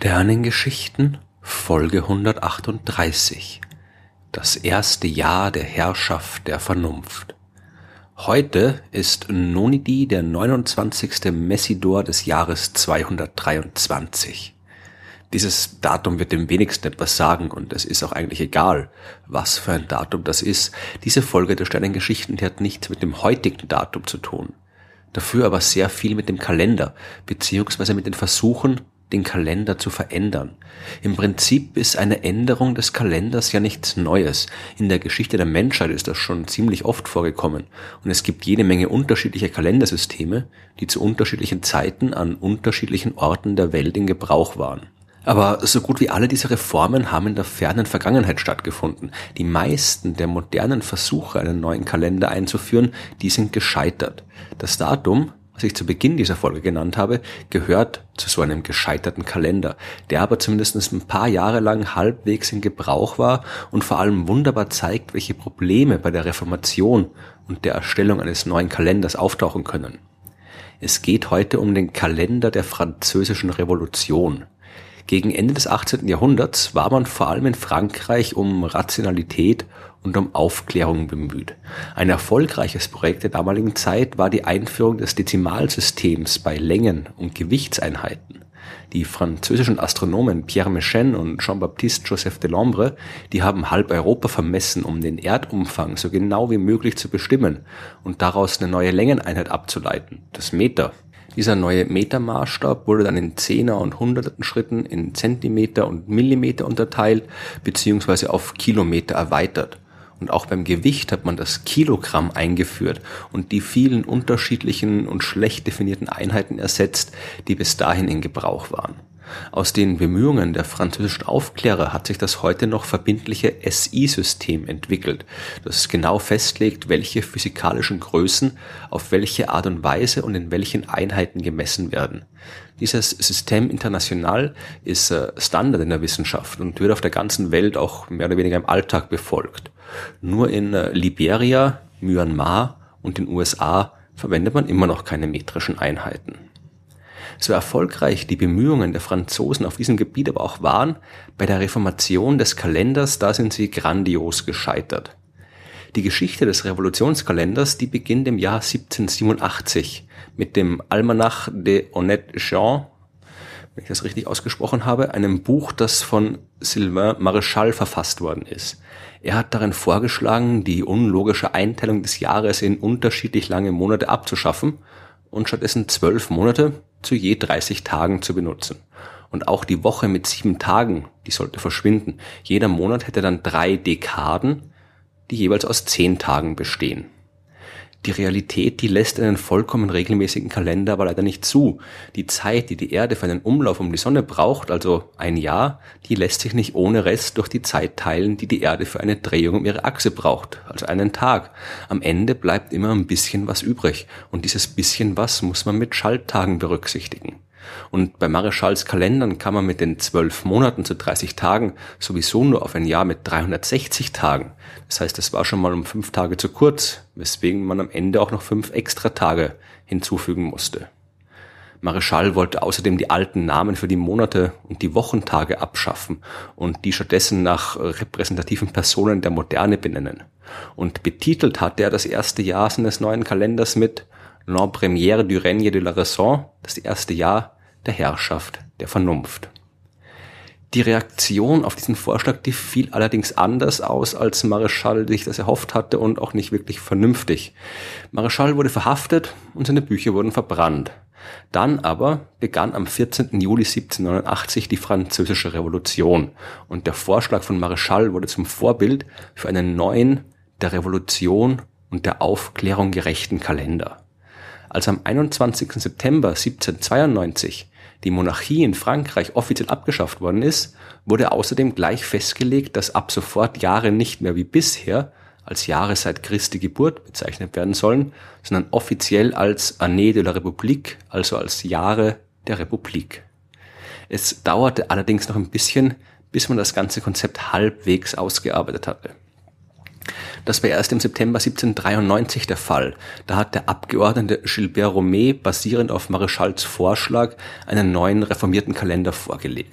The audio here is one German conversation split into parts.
Sternengeschichten Folge 138 Das erste Jahr der Herrschaft der Vernunft. Heute ist Nonidi der 29. Messidor des Jahres 223. Dieses Datum wird dem wenigsten etwas sagen und es ist auch eigentlich egal, was für ein Datum das ist. Diese Folge der Sternengeschichten, die hat nichts mit dem heutigen Datum zu tun. Dafür aber sehr viel mit dem Kalender, beziehungsweise mit den Versuchen, den Kalender zu verändern. Im Prinzip ist eine Änderung des Kalenders ja nichts Neues. In der Geschichte der Menschheit ist das schon ziemlich oft vorgekommen und es gibt jede Menge unterschiedliche Kalendersysteme, die zu unterschiedlichen Zeiten an unterschiedlichen Orten der Welt in Gebrauch waren. Aber so gut wie alle diese Reformen haben in der fernen Vergangenheit stattgefunden. Die meisten der modernen Versuche, einen neuen Kalender einzuführen, die sind gescheitert. Das Datum, was ich zu Beginn dieser Folge genannt habe, gehört zu so einem gescheiterten Kalender, der aber zumindest ein paar Jahre lang halbwegs in Gebrauch war und vor allem wunderbar zeigt, welche Probleme bei der Reformation und der Erstellung eines neuen Kalenders auftauchen können. Es geht heute um den Kalender der Französischen Revolution. Gegen Ende des 18. Jahrhunderts war man vor allem in Frankreich um Rationalität und um Aufklärung bemüht. Ein erfolgreiches Projekt der damaligen Zeit war die Einführung des Dezimalsystems bei Längen und Gewichtseinheiten. Die französischen Astronomen Pierre Méchain und Jean-Baptiste Joseph Delambre, die haben halb Europa vermessen, um den Erdumfang so genau wie möglich zu bestimmen und daraus eine neue Längeneinheit abzuleiten, das Meter. Dieser neue Metermaßstab wurde dann in Zehner- und Hundertsten Schritten in Zentimeter und Millimeter unterteilt bzw. auf Kilometer erweitert. Und auch beim Gewicht hat man das Kilogramm eingeführt und die vielen unterschiedlichen und schlecht definierten Einheiten ersetzt, die bis dahin in Gebrauch waren. Aus den Bemühungen der französischen Aufklärer hat sich das heute noch verbindliche SI-System entwickelt, das genau festlegt, welche physikalischen Größen auf welche Art und Weise und in welchen Einheiten gemessen werden. Dieses System International ist Standard in der Wissenschaft und wird auf der ganzen Welt auch mehr oder weniger im Alltag befolgt. Nur in Liberia, Myanmar und den USA verwendet man immer noch keine metrischen Einheiten. So erfolgreich die Bemühungen der Franzosen auf diesem Gebiet aber auch waren, bei der Reformation des Kalenders, da sind sie grandios gescheitert. Die Geschichte des Revolutionskalenders, die beginnt im Jahr 1787 mit dem Almanach des Honnêtes Gens, wenn ich das richtig ausgesprochen habe, einem Buch, das von Sylvain Maréchal verfasst worden ist. Er hat darin vorgeschlagen, die unlogische Einteilung des Jahres in unterschiedlich lange Monate abzuschaffen und stattdessen 12 Monate zu je 30 Tagen zu benutzen. Und auch die Woche mit 7 Tagen, die sollte verschwinden. Jeder Monat hätte dann 3 Dekaden, die jeweils aus 10 Tagen bestehen. Die Realität, die lässt einen vollkommen regelmäßigen Kalender aber leider nicht zu. Die Zeit, die die Erde für einen Umlauf um die Sonne braucht, also ein Jahr, die lässt sich nicht ohne Rest durch die Zeit teilen, die die Erde für eine Drehung um ihre Achse braucht, also einen Tag. Am Ende bleibt immer ein bisschen was übrig und dieses bisschen was muss man mit Schalttagen berücksichtigen. Und bei Maréchals Kalendern kann man mit den 12 Monaten zu 30 Tagen sowieso nur auf ein Jahr mit 360 Tagen. Das heißt, es war schon mal um 5 Tage zu kurz, weswegen man am Ende auch noch 5 extra Tage hinzufügen musste. Maréchal wollte außerdem die alten Namen für die Monate und die Wochentage abschaffen und die stattdessen nach repräsentativen Personen der Moderne benennen. Und betitelt hatte er das erste Jahr seines neuen Kalenders mit L'an première du règne de la raison, das erste Jahr der Herrschaft der Vernunft. Die Reaktion auf diesen Vorschlag, die fiel allerdings anders aus, als Maréchal sich das erhofft hatte und auch nicht wirklich vernünftig. Maréchal wurde verhaftet und seine Bücher wurden verbrannt. Dann aber begann am 14. Juli 1789 die Französische Revolution und der Vorschlag von Maréchal wurde zum Vorbild für einen neuen, der Revolution und der Aufklärung gerechten Kalender. Als am 21. September 1792 die Monarchie in Frankreich offiziell abgeschafft worden ist, wurde außerdem gleich festgelegt, dass ab sofort Jahre nicht mehr wie bisher als Jahre seit Christi Geburt bezeichnet werden sollen, sondern offiziell als Année de la République, also als Jahre der Republik. Es dauerte allerdings noch ein bisschen, bis man das ganze Konzept halbwegs ausgearbeitet hatte. Das war erst im September 1793 der Fall. Da hat der Abgeordnete Gilbert Romet basierend auf Maréchals Vorschlag einen neuen reformierten Kalender vorgelegt.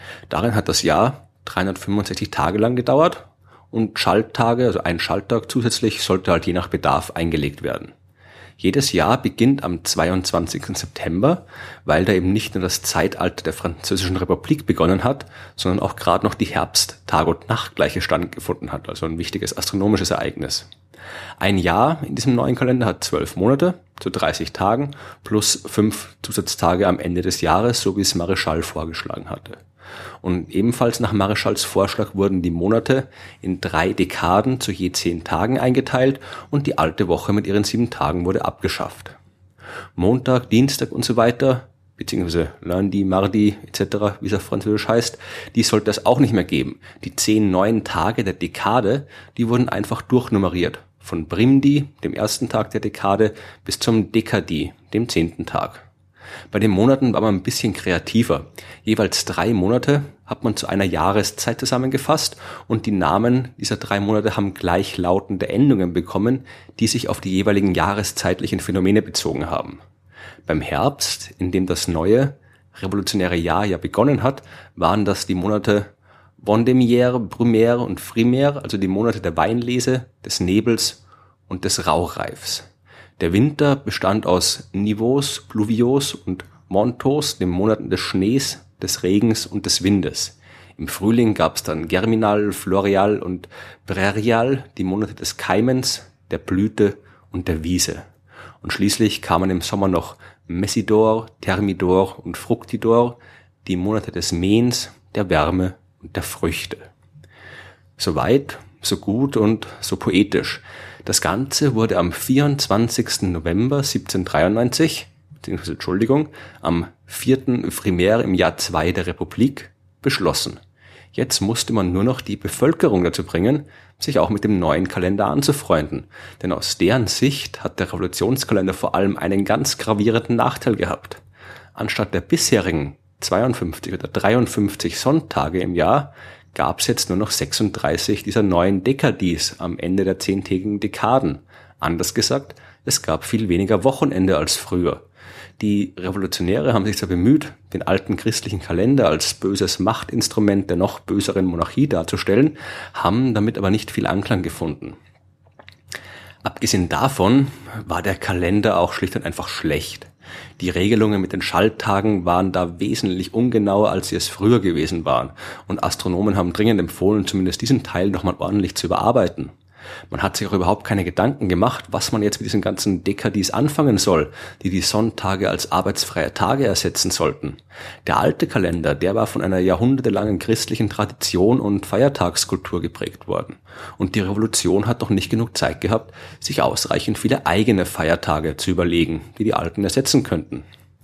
Darin hat das Jahr 365 Tage lang gedauert und Schalttage, also ein Schalttag zusätzlich, sollte halt je nach Bedarf eingelegt werden. Jedes Jahr beginnt am 22. September, weil da eben nicht nur das Zeitalter der Französischen Republik begonnen hat, sondern auch gerade noch die Herbst-Tag- und Nachtgleiche stattgefunden hat, also ein wichtiges astronomisches Ereignis. Ein Jahr in diesem neuen Kalender hat 12 Monate zu 30 Tagen plus 5 Zusatztage am Ende des Jahres, so wie es Marischal vorgeschlagen hatte. Und ebenfalls nach Marischals Vorschlag wurden die Monate in 3 Dekaden zu je 10 Tagen eingeteilt und die alte Woche mit ihren 7 Tagen wurde abgeschafft. Montag, Dienstag und so weiter, beziehungsweise Lundi, Mardi etc., wie es auf Französisch heißt, die sollte es auch nicht mehr geben. Die 10 neuen Tage der Dekade, die wurden einfach durchnummeriert. Von Brimdi, dem ersten Tag der Dekade, bis zum Dekadi, dem 10. Tag. Bei den Monaten war man ein bisschen kreativer. Jeweils 3 Monate hat man zu einer Jahreszeit zusammengefasst und die Namen dieser 3 Monate haben gleichlautende Endungen bekommen, die sich auf die jeweiligen jahreszeitlichen Phänomene bezogen haben. Beim Herbst, in dem das neue, revolutionäre Jahr ja begonnen hat, waren das die Monate Vendémiaire, Brumaire und Frimaire, also die Monate der Weinlese, des Nebels und des Rauchreifs. Der Winter bestand aus Nivos, Pluvios und Montos, den Monaten des Schnees, des Regens und des Windes. Im Frühling gab es dann Germinal, Floreal und Prairial, die Monate des Keimens, der Blüte und der Wiese. Und schließlich kamen im Sommer noch Messidor, Thermidor und Fructidor, die Monate des Mähens, der Wärme und der Früchte. Soweit, so gut und so poetisch. Das Ganze wurde am 24. November 1793, am 4. Frimaire im Jahr 2 der Republik, beschlossen. Jetzt musste man nur noch die Bevölkerung dazu bringen, sich auch mit dem neuen Kalender anzufreunden. Denn aus deren Sicht hat der Revolutionskalender vor allem einen ganz gravierenden Nachteil gehabt. Anstatt der bisherigen 52 oder 53 Sonntage im Jahr gab es jetzt nur noch 36 dieser neuen Dekadis am Ende der 10-tägigen Dekaden. Anders gesagt, es gab viel weniger Wochenende als früher. Die Revolutionäre haben sich zwar bemüht, den alten christlichen Kalender als böses Machtinstrument der noch böseren Monarchie darzustellen, haben damit aber nicht viel Anklang gefunden. Abgesehen davon war der Kalender auch schlicht und einfach schlecht. Die Regelungen mit den Schalttagen waren da wesentlich ungenauer, als sie es früher gewesen waren. Und Astronomen haben dringend empfohlen, zumindest diesen Teil nochmal ordentlich zu überarbeiten. Man hat sich auch überhaupt keine Gedanken gemacht, was man jetzt mit diesen ganzen Dekadis anfangen soll, die die Sonntage als arbeitsfreie Tage ersetzen sollten. Der alte Kalender, der war von einer jahrhundertelangen christlichen Tradition und Feiertagskultur geprägt worden. Und die Revolution hat noch nicht genug Zeit gehabt, sich ausreichend viele eigene Feiertage zu überlegen, die die alten ersetzen könnten.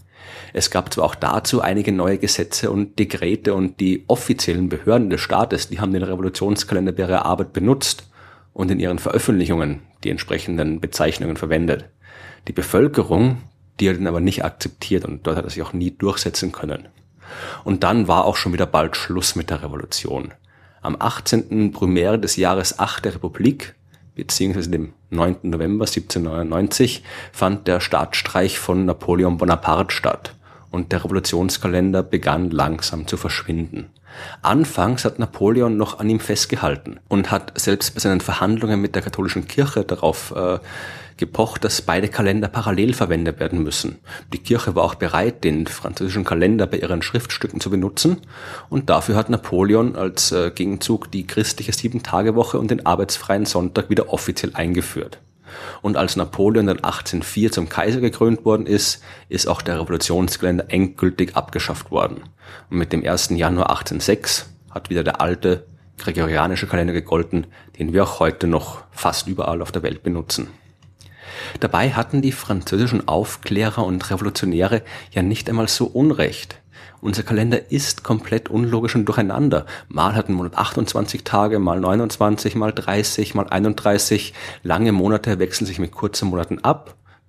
Es gab zwar auch dazu einige neue Gesetze und Dekrete und die offiziellen Behörden des Staates, die haben den Revolutionskalender bei ihrer Arbeit benutzt und in ihren Veröffentlichungen die entsprechenden Bezeichnungen verwendet. Die Bevölkerung, die hat ihn aber nicht akzeptiert und dort hat er sich auch nie durchsetzen können. Und dann war auch schon wieder bald Schluss mit der Revolution. Am 18. Brumaire des Jahres 8 der Republik, beziehungsweise dem 9. November 1799, fand der Staatsstreich von Napoleon Bonaparte statt und der Revolutionskalender begann langsam zu verschwinden. Anfangs hat Napoleon noch an ihm festgehalten und hat selbst bei seinen Verhandlungen mit der katholischen Kirche darauf gepocht, dass beide Kalender parallel verwendet werden müssen. Die Kirche war auch bereit, den französischen Kalender bei ihren Schriftstücken zu benutzen und dafür hat Napoleon als Gegenzug die christliche 7-Tage-Woche und den arbeitsfreien Sonntag wieder offiziell eingeführt. Und als Napoleon dann 1804 zum Kaiser gekrönt worden ist, ist auch der Revolutionskalender endgültig abgeschafft worden. Und mit dem 1. Januar 1806 hat wieder der alte gregorianische Kalender gegolten, den wir auch heute noch fast überall auf der Welt benutzen. Dabei hatten die französischen Aufklärer und Revolutionäre ja nicht einmal so Unrecht. Unser Kalender ist komplett unlogisch und durcheinander. Mal hat ein Monat 28 Tage, mal 29, mal 30, mal 31. Lange Monate wechseln sich mit kurzen Monaten ab,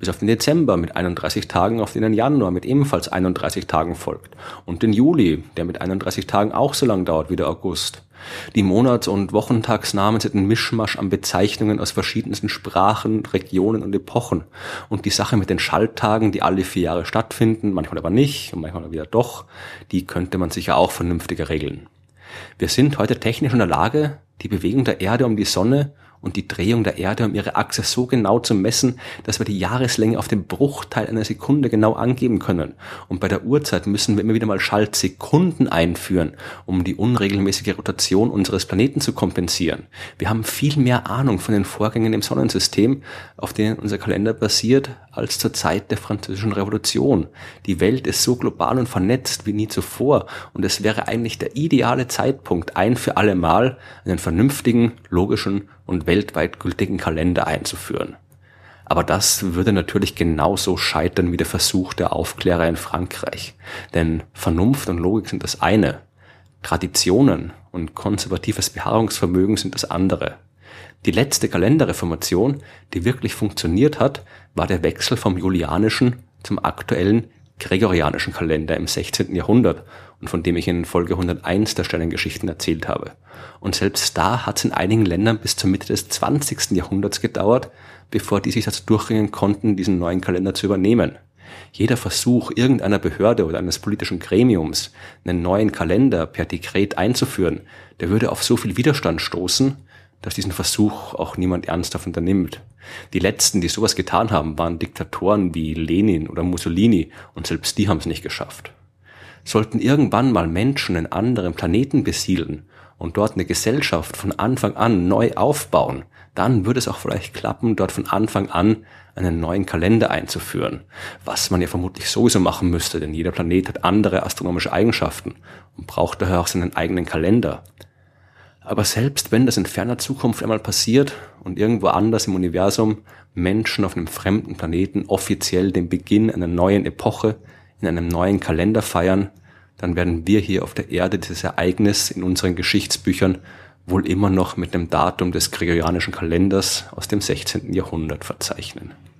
bis auf den Dezember mit 31 Tagen, auf den Januar mit ebenfalls 31 Tagen folgt und den Juli, der mit 31 Tagen auch so lang dauert wie der August. Die Monats- und Wochentagsnamen sind ein Mischmasch an Bezeichnungen aus verschiedensten Sprachen, Regionen und Epochen. Und die Sache mit den Schalttagen, die alle 4 Jahre stattfinden, manchmal aber nicht und manchmal wieder doch, die könnte man sicher auch vernünftiger regeln. Wir sind heute technisch in der Lage, die Bewegung der Erde um die Sonne und die Drehung der Erde um ihre Achse so genau zu messen, dass wir die Jahreslänge auf den Bruchteil einer Sekunde genau angeben können. Und bei der Uhrzeit müssen wir immer wieder mal Schaltsekunden einführen, um die unregelmäßige Rotation unseres Planeten zu kompensieren. Wir haben viel mehr Ahnung von den Vorgängen im Sonnensystem, auf denen unser Kalender basiert, als zur Zeit der Französischen Revolution. Die Welt ist so global und vernetzt wie nie zuvor und es wäre eigentlich der ideale Zeitpunkt, ein für alle Mal einen vernünftigen, logischen und weltweit gültigen Kalender einzuführen. Aber das würde natürlich genauso scheitern wie der Versuch der Aufklärer in Frankreich. Denn Vernunft und Logik sind das eine, Traditionen und konservatives Beharrungsvermögen sind das andere. Die letzte Kalenderreformation, die wirklich funktioniert hat, war der Wechsel vom julianischen zum aktuellen gregorianischen Kalender im 16. Jahrhundert und von dem ich in Folge 101 der Sternengeschichten erzählt habe. Und selbst da hat es in einigen Ländern bis zur Mitte des 20. Jahrhunderts gedauert, bevor die sich dazu durchringen konnten, diesen neuen Kalender zu übernehmen. Jeder Versuch irgendeiner Behörde oder eines politischen Gremiums, einen neuen Kalender per Dekret einzuführen, der würde auf so viel Widerstand stoßen, dass diesen Versuch auch niemand ernsthaft unternimmt. Die letzten, die sowas getan haben, waren Diktatoren wie Lenin oder Mussolini und selbst die haben es nicht geschafft. Sollten irgendwann mal Menschen einen anderen Planeten besiedeln und dort eine Gesellschaft von Anfang an neu aufbauen, dann würde es auch vielleicht klappen, dort von Anfang an einen neuen Kalender einzuführen. Was man ja vermutlich sowieso machen müsste, denn jeder Planet hat andere astronomische Eigenschaften und braucht daher auch seinen eigenen Kalender. Aber selbst wenn das in ferner Zukunft einmal passiert und irgendwo anders im Universum Menschen auf einem fremden Planeten offiziell den Beginn einer neuen Epoche in einem neuen Kalender feiern, dann werden wir hier auf der Erde dieses Ereignis in unseren Geschichtsbüchern wohl immer noch mit dem Datum des gregorianischen Kalenders aus dem 16. Jahrhundert verzeichnen.